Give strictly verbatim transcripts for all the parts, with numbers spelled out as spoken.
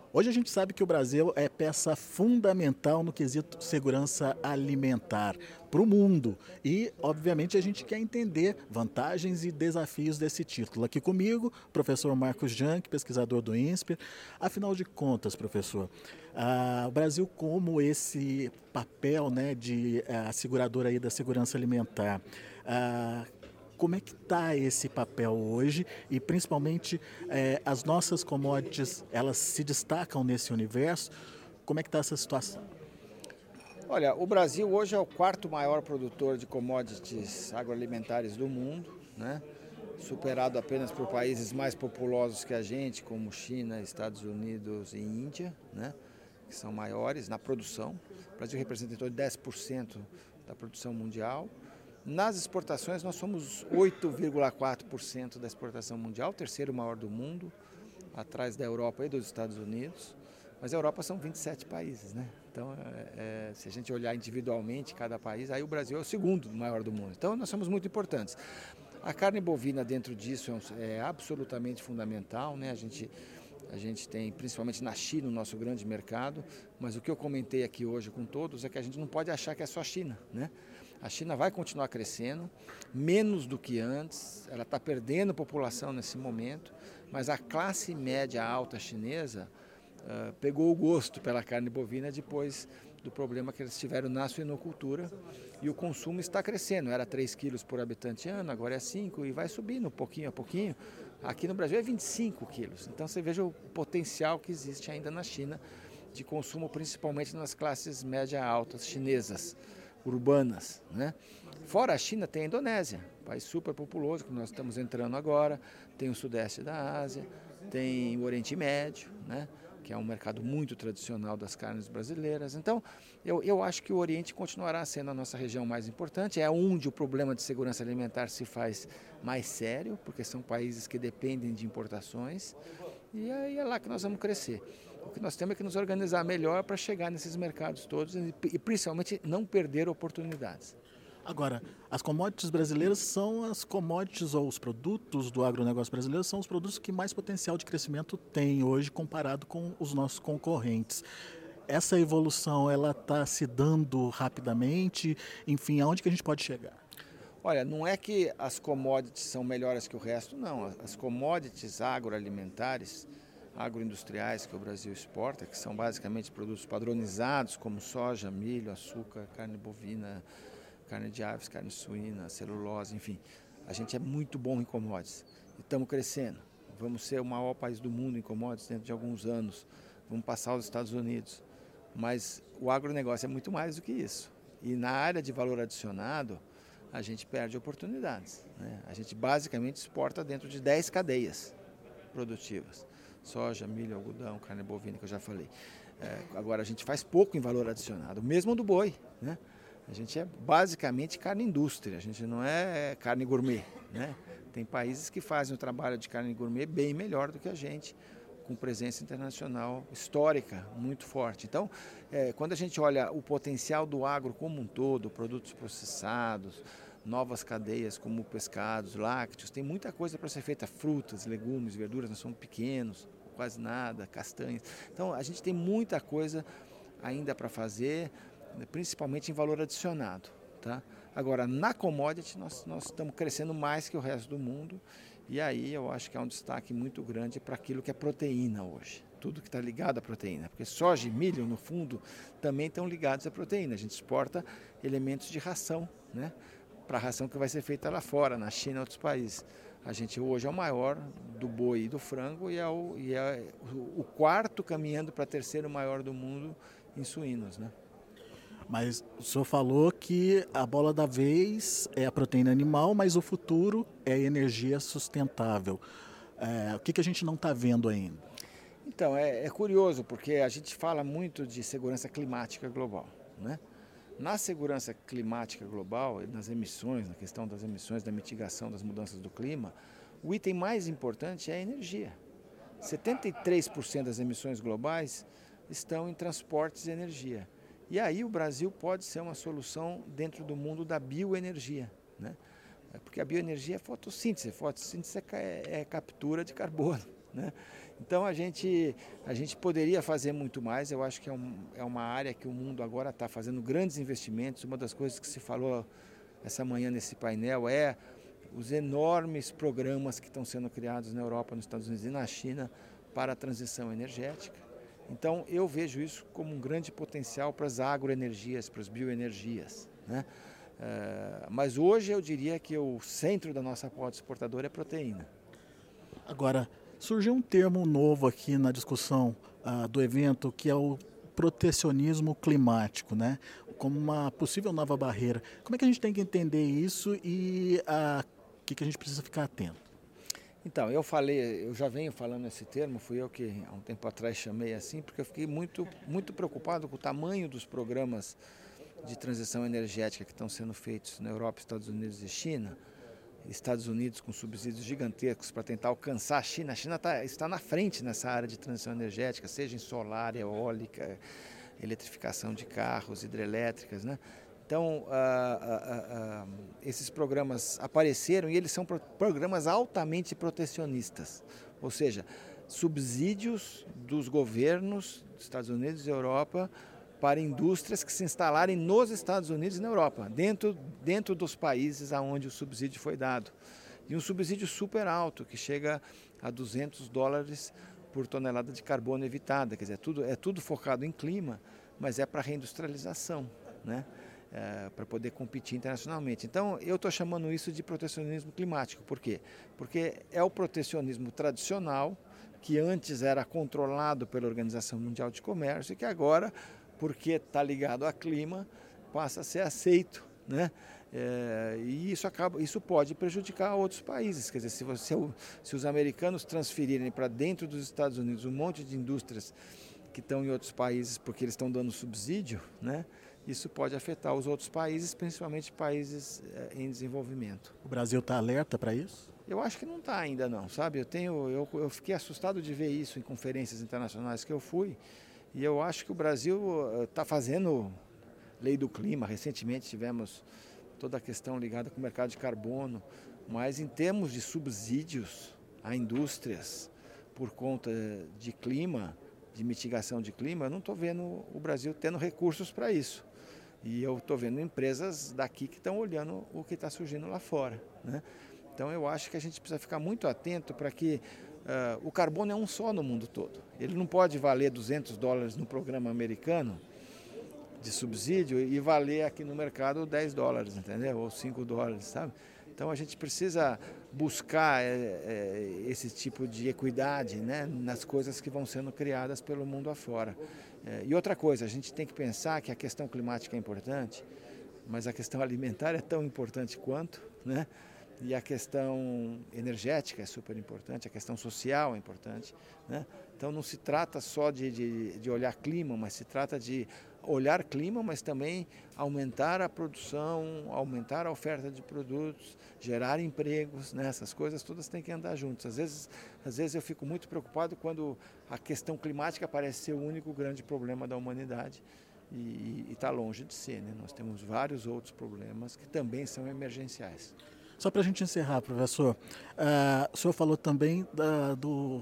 Hoje a gente sabe que o Brasil é peça fundamental no quesito segurança alimentar para o mundo e, obviamente, a gente quer entender vantagens e desafios desse título. Aqui comigo, professor Marcos Janck, pesquisador do INSPER. Afinal de contas, professor, ah, o Brasil como esse papel, né, de ah, assegurador aí da segurança alimentar, ah, como é que está esse papel hoje e principalmente eh, as nossas commodities, elas se destacam nesse universo? Como é que está essa situação? Olha, o Brasil hoje é o quarto maior produtor de commodities agroalimentares do mundo, né? Superado apenas por países mais populosos que a gente, como China, Estados Unidos e Índia, né? Que são maiores na produção. O Brasil representa em torno de dez por cento da produção mundial. Nas exportações, nós somos oito vírgula quatro por cento da exportação mundial, terceiro maior do mundo, atrás da Europa e dos Estados Unidos. Mas a Europa são vinte e sete países, né? Então, é, é, se a gente olhar individualmente cada país, aí o Brasil é o segundo maior do mundo. Então, nós somos muito importantes. A carne bovina dentro disso é, é absolutamente fundamental, né? A gente, a gente tem, principalmente na China, o nosso grande mercado, mas o que eu comentei aqui hoje com todos é que a gente não pode achar que é só a China, né? A China vai continuar crescendo, menos do que antes, ela está perdendo população nesse momento, mas a classe média alta chinesa Uh, pegou o gosto pela carne bovina depois do problema que eles tiveram na suinocultura e o consumo está crescendo, era três quilos por habitante ano, agora é cinco e vai subindo pouquinho a pouquinho. Aqui no Brasil é vinte e cinco quilos, então você veja o potencial que existe ainda na China de consumo, principalmente nas classes média altas chinesas, urbanas, né? Fora a China tem a Indonésia, país super populoso que nós estamos entrando agora, tem o sudeste da Ásia, tem o Oriente Médio, né? Que é um mercado muito tradicional das carnes brasileiras. Então, eu, eu acho que o Oriente continuará sendo a nossa região mais importante, é onde o problema de segurança alimentar se faz mais sério, porque são países que dependem de importações, e aí é lá que nós vamos crescer. O que nós temos é que nos organizar melhor para chegar nesses mercados todos e, e principalmente não perder oportunidades. Agora, as commodities brasileiras são as commodities ou os produtos do agronegócio brasileiro são os produtos que mais potencial de crescimento têm hoje comparado com os nossos concorrentes. Essa evolução ela está se dando rapidamente, enfim, aonde que a gente pode chegar? Olha, não é que as commodities são melhores que o resto, não. As commodities agroalimentares, agroindustriais que o Brasil exporta, que são basicamente produtos padronizados como soja, milho, açúcar, carne bovina, carne de aves, carne suína, celulose, enfim. A gente é muito bom em commodities e estamos crescendo. Vamos ser o maior país do mundo em commodities dentro de alguns anos. Vamos passar os Estados Unidos. Mas o agronegócio é muito mais do que isso. E na área de valor adicionado, a gente perde oportunidades, né? A gente basicamente exporta dentro de dez cadeias produtivas. Soja, milho, algodão, carne bovina, que eu já falei. É, agora, a gente faz pouco em valor adicionado, mesmo do boi, né? A gente é basicamente carne indústria, a gente não é carne gourmet, né? Tem países que fazem o trabalho de carne gourmet bem melhor do que a gente, com presença internacional histórica muito forte. Então, é, quando a gente olha o potencial do agro como um todo, produtos processados, novas cadeias como pescados, lácteos, tem muita coisa para ser feita, frutas, legumes, verduras, nós somos pequenos, quase nada, castanhas. Então, a gente tem muita coisa ainda para fazer, principalmente em valor adicionado, tá? Agora, na commodity, nós, nós estamos crescendo mais que o resto do mundo e aí eu acho que é um destaque muito grande para aquilo que é proteína hoje. Tudo que está ligado à proteína, porque soja e milho, no fundo, também estão ligados à proteína. A gente exporta elementos de ração, né? Para a ração que vai ser feita lá fora, na China e outros países. A gente hoje é o maior do boi e do frango e é o, e é o quarto caminhando para terceiro maior do mundo em suínos, né? Mas o senhor falou que a bola da vez é a proteína animal, mas o futuro é a energia sustentável. É, o que, que a gente não está vendo ainda? Então, é, é curioso, porque a gente fala muito de segurança climática global, né? Na segurança climática global, nas emissões, na questão das emissões, da mitigação das mudanças do clima, o item mais importante é a energia. setenta e três por cento das emissões globais estão em transportes e energia. E aí o Brasil pode ser uma solução dentro do mundo da bioenergia, né? Porque a bioenergia é fotossíntese, fotossíntese é, é captura de carbono, né? Então a gente, a gente poderia fazer muito mais. Eu acho que é, um, é uma área que o mundo agora está fazendo grandes investimentos. Uma das coisas que se falou essa manhã nesse painel é os enormes programas que estão sendo criados na Europa, nos Estados Unidos e na China para a transição energética. Então eu vejo isso como um grande potencial para as agroenergias, para as bioenergias, né? Uh, mas hoje eu diria que o centro da nossa pauta exportadora é proteína. Agora, surgiu um termo novo aqui na discussão uh, do evento, que é o protecionismo climático, né? Como uma possível nova barreira. Como é que a gente tem que entender isso e o uh, que, que a gente precisa ficar atento? Então, eu falei, eu já venho falando esse termo, fui eu que há um tempo atrás chamei assim, porque eu fiquei muito, muito preocupado com o tamanho dos programas de transição energética que estão sendo feitos na Europa, Estados Unidos e China. Estados Unidos com subsídios gigantescos para tentar alcançar a China. A China tá, está na frente nessa área de transição energética, seja em solar, eólica, eletrificação de carros, hidrelétricas, né? Então, ah, ah, ah, esses programas apareceram e eles são pro- programas altamente protecionistas, ou seja, subsídios dos governos dos Estados Unidos e Europa para indústrias que se instalarem nos Estados Unidos e na Europa, dentro, dentro dos países aonde o subsídio foi dado. E um subsídio super alto, que chega a duzentos dólares por tonelada de carbono evitada. Quer dizer, é tudo, é tudo focado em clima, mas é para reindustrialização, né? É, para poder competir internacionalmente. Então, eu estou chamando isso de protecionismo climático. Por quê? Porque é o protecionismo tradicional, que antes era controlado pela Organização Mundial de Comércio e que agora, porque está ligado a clima, passa a ser aceito, né? É, e isso, acaba, isso pode prejudicar outros países. Quer dizer, se, você, se os americanos transferirem para dentro dos Estados Unidos um monte de indústrias que estão em outros países porque eles estão dando subsídio, né? Isso pode afetar os outros países, principalmente países é, em desenvolvimento. O Brasil está alerta para isso? Eu acho que não está ainda não, sabe? Eu, tenho, eu, eu fiquei assustado de ver isso em conferências internacionais que eu fui. E eu acho que o Brasil está fazendo lei do clima. Recentemente tivemos toda a questão ligada com o mercado de carbono. Mas em termos de subsídios a indústrias por conta de clima, de mitigação de clima, eu não estou vendo o Brasil tendo recursos para isso. E eu estou vendo empresas daqui que estão olhando o que está surgindo lá fora, né? Então eu acho que a gente precisa ficar muito atento para que uh, o carbono é um só no mundo todo. Ele não pode valer duzentos dólares no programa americano de subsídio e valer aqui no mercado dez dólares, entendeu? Ou cinco dólares, sabe? Então a gente precisa buscar é, é, esse tipo de equidade, né, nas coisas que vão sendo criadas pelo mundo afora. É, e outra coisa, a gente tem que pensar que a questão climática é importante, mas a questão alimentar é tão importante quanto, né? E a questão energética é super importante, a questão social é importante, né? Então não se trata só de, de, de olhar clima, mas se trata de olhar clima, mas também aumentar a produção, aumentar a oferta de produtos, gerar empregos, né? Essas coisas todas têm que andar juntas. Às vezes, às vezes eu fico muito preocupado quando a questão climática parece ser o único grande problema da humanidade e está longe de ser, né? Nós temos vários outros problemas que também são emergenciais. Só para a gente encerrar, professor, uh, o senhor falou também da, do,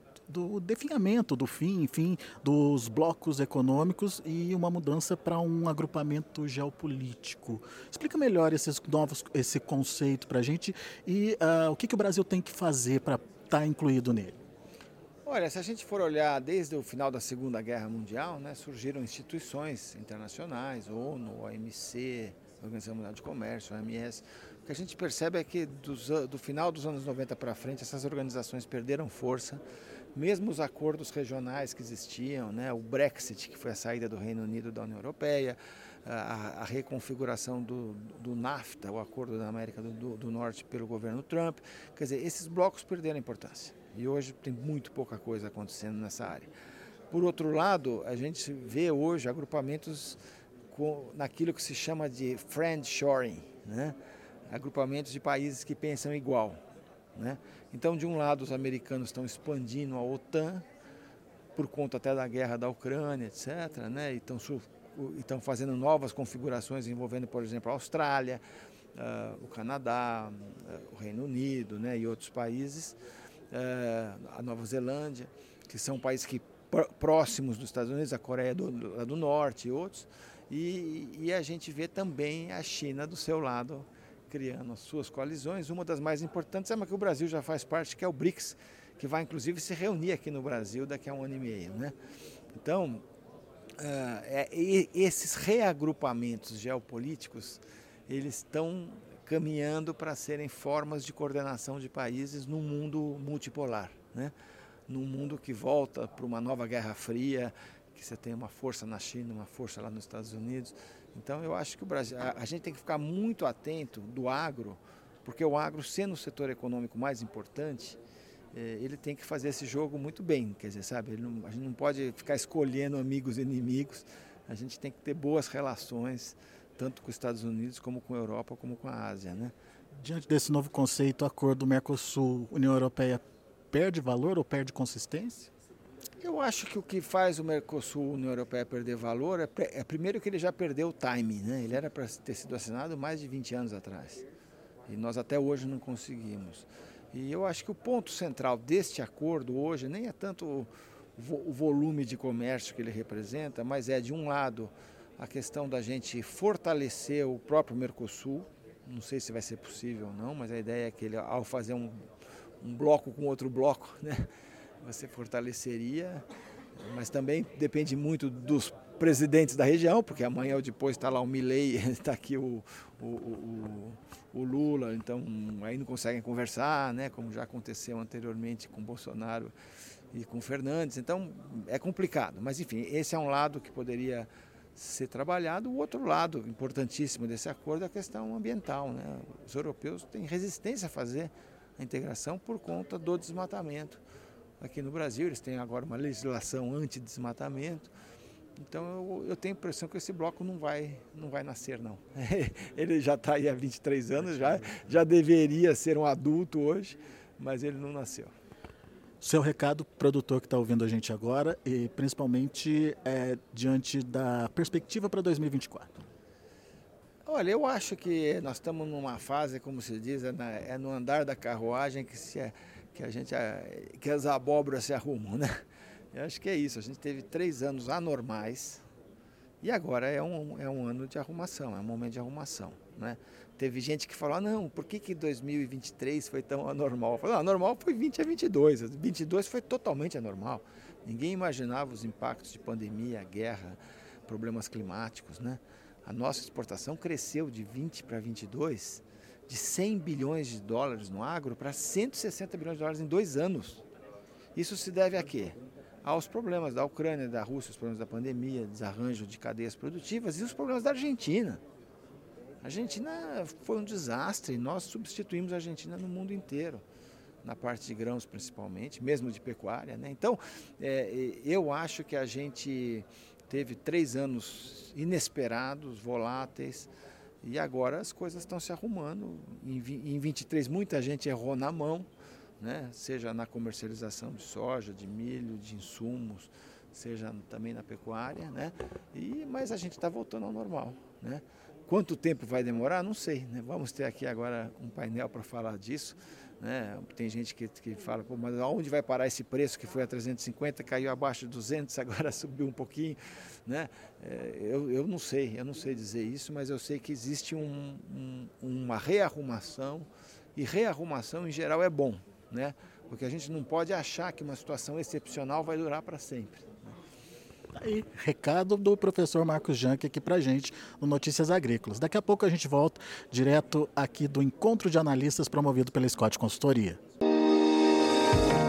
do definhamento, do fim, enfim, dos blocos econômicos e uma mudança para um agrupamento geopolítico. Explica melhor esses novos, esse conceito para a gente e uh, o que, que o Brasil tem que fazer para estar tá incluído nele. Olha, se a gente for olhar desde o final da Segunda Guerra Mundial, né, surgiram instituições internacionais, ONU, O M C, Organização Mundial de Comércio, O M S. O que a gente percebe é que dos, do final dos anos noventa para frente, essas organizações perderam força, mesmo os acordos regionais que existiam, né, o Brexit, que foi a saída do Reino Unido da União Europeia, a, a reconfiguração do, do NAFTA, o Acordo da América do, do, do Norte pelo governo Trump, quer dizer, esses blocos perderam importância e hoje tem muito pouca coisa acontecendo nessa área. Por outro lado, a gente vê hoje agrupamentos com, naquilo que se chama de friendshoring, né? Agrupamentos de países que pensam igual, né? Então, de um lado, os americanos estão expandindo a OTAN, por conta até da guerra da Ucrânia, etcétera, né? E estão, estão fazendo novas configurações envolvendo, por exemplo, a Austrália, uh, o Canadá, uh, o Reino Unido, né? E outros países. a Nova Zelândia, que são países que, próximos dos Estados Unidos, a Coreia do, do Norte e outros, e, e a gente vê também a China do seu lado, criando as suas coalizões. Uma das mais importantes é uma que o Brasil já faz parte, que é o BRICS, que vai inclusive se reunir aqui no Brasil daqui a um ano e meio, né? Então, uh, é, esses reagrupamentos geopolíticos, eles estão caminhando para serem formas de coordenação de países num mundo multipolar, né? Num mundo que volta para uma nova Guerra Fria, que você tem uma força na China, uma força lá nos Estados Unidos. Então eu acho que o Brasil, a, a gente tem que ficar muito atento do agro, porque o agro, sendo o setor econômico mais importante, eh, ele tem que fazer esse jogo muito bem, quer dizer, sabe, ele não, a gente não pode ficar escolhendo amigos e inimigos, a gente tem que ter boas relações, tanto com os Estados Unidos, como com a Europa, como com a Ásia, né? Diante desse novo conceito, o acordo Mercosul-União Europeia perde valor ou perde consistência? Eu acho que o que faz o Mercosul, União Europeia, perder valor é, é primeiro que ele já perdeu o timing, né? Ele era para ter sido assinado mais de vinte anos atrás. E nós até hoje não conseguimos. E eu acho que o ponto central deste acordo hoje nem é tanto o, o volume de comércio que ele representa, mas é, de um lado, a questão da gente fortalecer o próprio Mercosul. Não sei se vai ser possível ou não, mas a ideia é que ele, ao fazer um, um bloco com outro bloco, né, você fortaleceria, mas também depende muito dos presidentes da região, porque amanhã ou depois está lá o Milei, está aqui o, o, o, o Lula, então aí não conseguem conversar, né, como já aconteceu anteriormente com Bolsonaro e com Fernandes, então é complicado, mas enfim, esse é um lado que poderia ser trabalhado. O outro lado importantíssimo desse acordo é a questão ambiental, né? Os europeus têm resistência a fazer a integração por conta do desmatamento. Aqui no Brasil eles têm agora uma legislação anti-desmatamento, então eu, eu tenho a impressão que esse bloco não vai, não vai nascer, não. Ele já está aí há vinte e três anos, já, já deveria ser um adulto hoje, mas ele não nasceu. Seu recado, produtor que está ouvindo a gente agora, e principalmente é, diante da perspectiva para dois mil e vinte e quatro. Olha, eu acho que nós estamos numa fase, como se diz, é, na, é no andar da carruagem que, se é, que, a gente, é, que as abóboras se arrumam, né? Eu acho que é isso, a gente teve três anos anormais e agora é um, é um ano de arrumação, é um momento de arrumação, né? Teve gente que falou, ah, não, por que que dois mil e vinte e três foi tão anormal? Eu falei, não, anormal foi vinte a vinte e dois, vinte e dois foi totalmente anormal. Ninguém imaginava os impactos de pandemia, guerra, problemas climáticos, né? A nossa exportação cresceu de vinte para vinte e dois, de cem bilhões de dólares no agro para cento e sessenta bilhões de dólares em dois anos. Isso se deve a quê? Aos problemas da Ucrânia, da Rússia, os problemas da pandemia, desarranjo de cadeias produtivas e os problemas da Argentina. A Argentina foi um desastre, nós substituímos a Argentina no mundo inteiro, na parte de grãos principalmente, mesmo de pecuária, né? Então, é, eu acho que a gente teve três anos inesperados, voláteis, e agora as coisas estão se arrumando. Em vinte e três muita gente errou na mão, né? Seja na comercialização de soja, de milho, de insumos, seja também na pecuária, né? E, mas a gente está voltando ao normal, né? Quanto tempo vai demorar? Não sei, né? Vamos ter aqui agora um painel para falar disso, né? Tem gente que, que fala, pô, mas aonde vai parar esse preço que foi a trezentos e cinquenta, caiu abaixo de duzentos, agora subiu um pouquinho, né? É, eu, eu não sei, eu não sei dizer isso, mas eu sei que existe um, um, uma rearrumação, e rearrumação em geral é bom, né? Porque a gente não pode achar que uma situação excepcional vai durar para sempre. Aí, recado do professor Marcos Janck aqui pra gente no Notícias Agrícolas. Daqui a pouco a gente volta direto aqui do encontro de analistas promovido pela Scott Consultoria.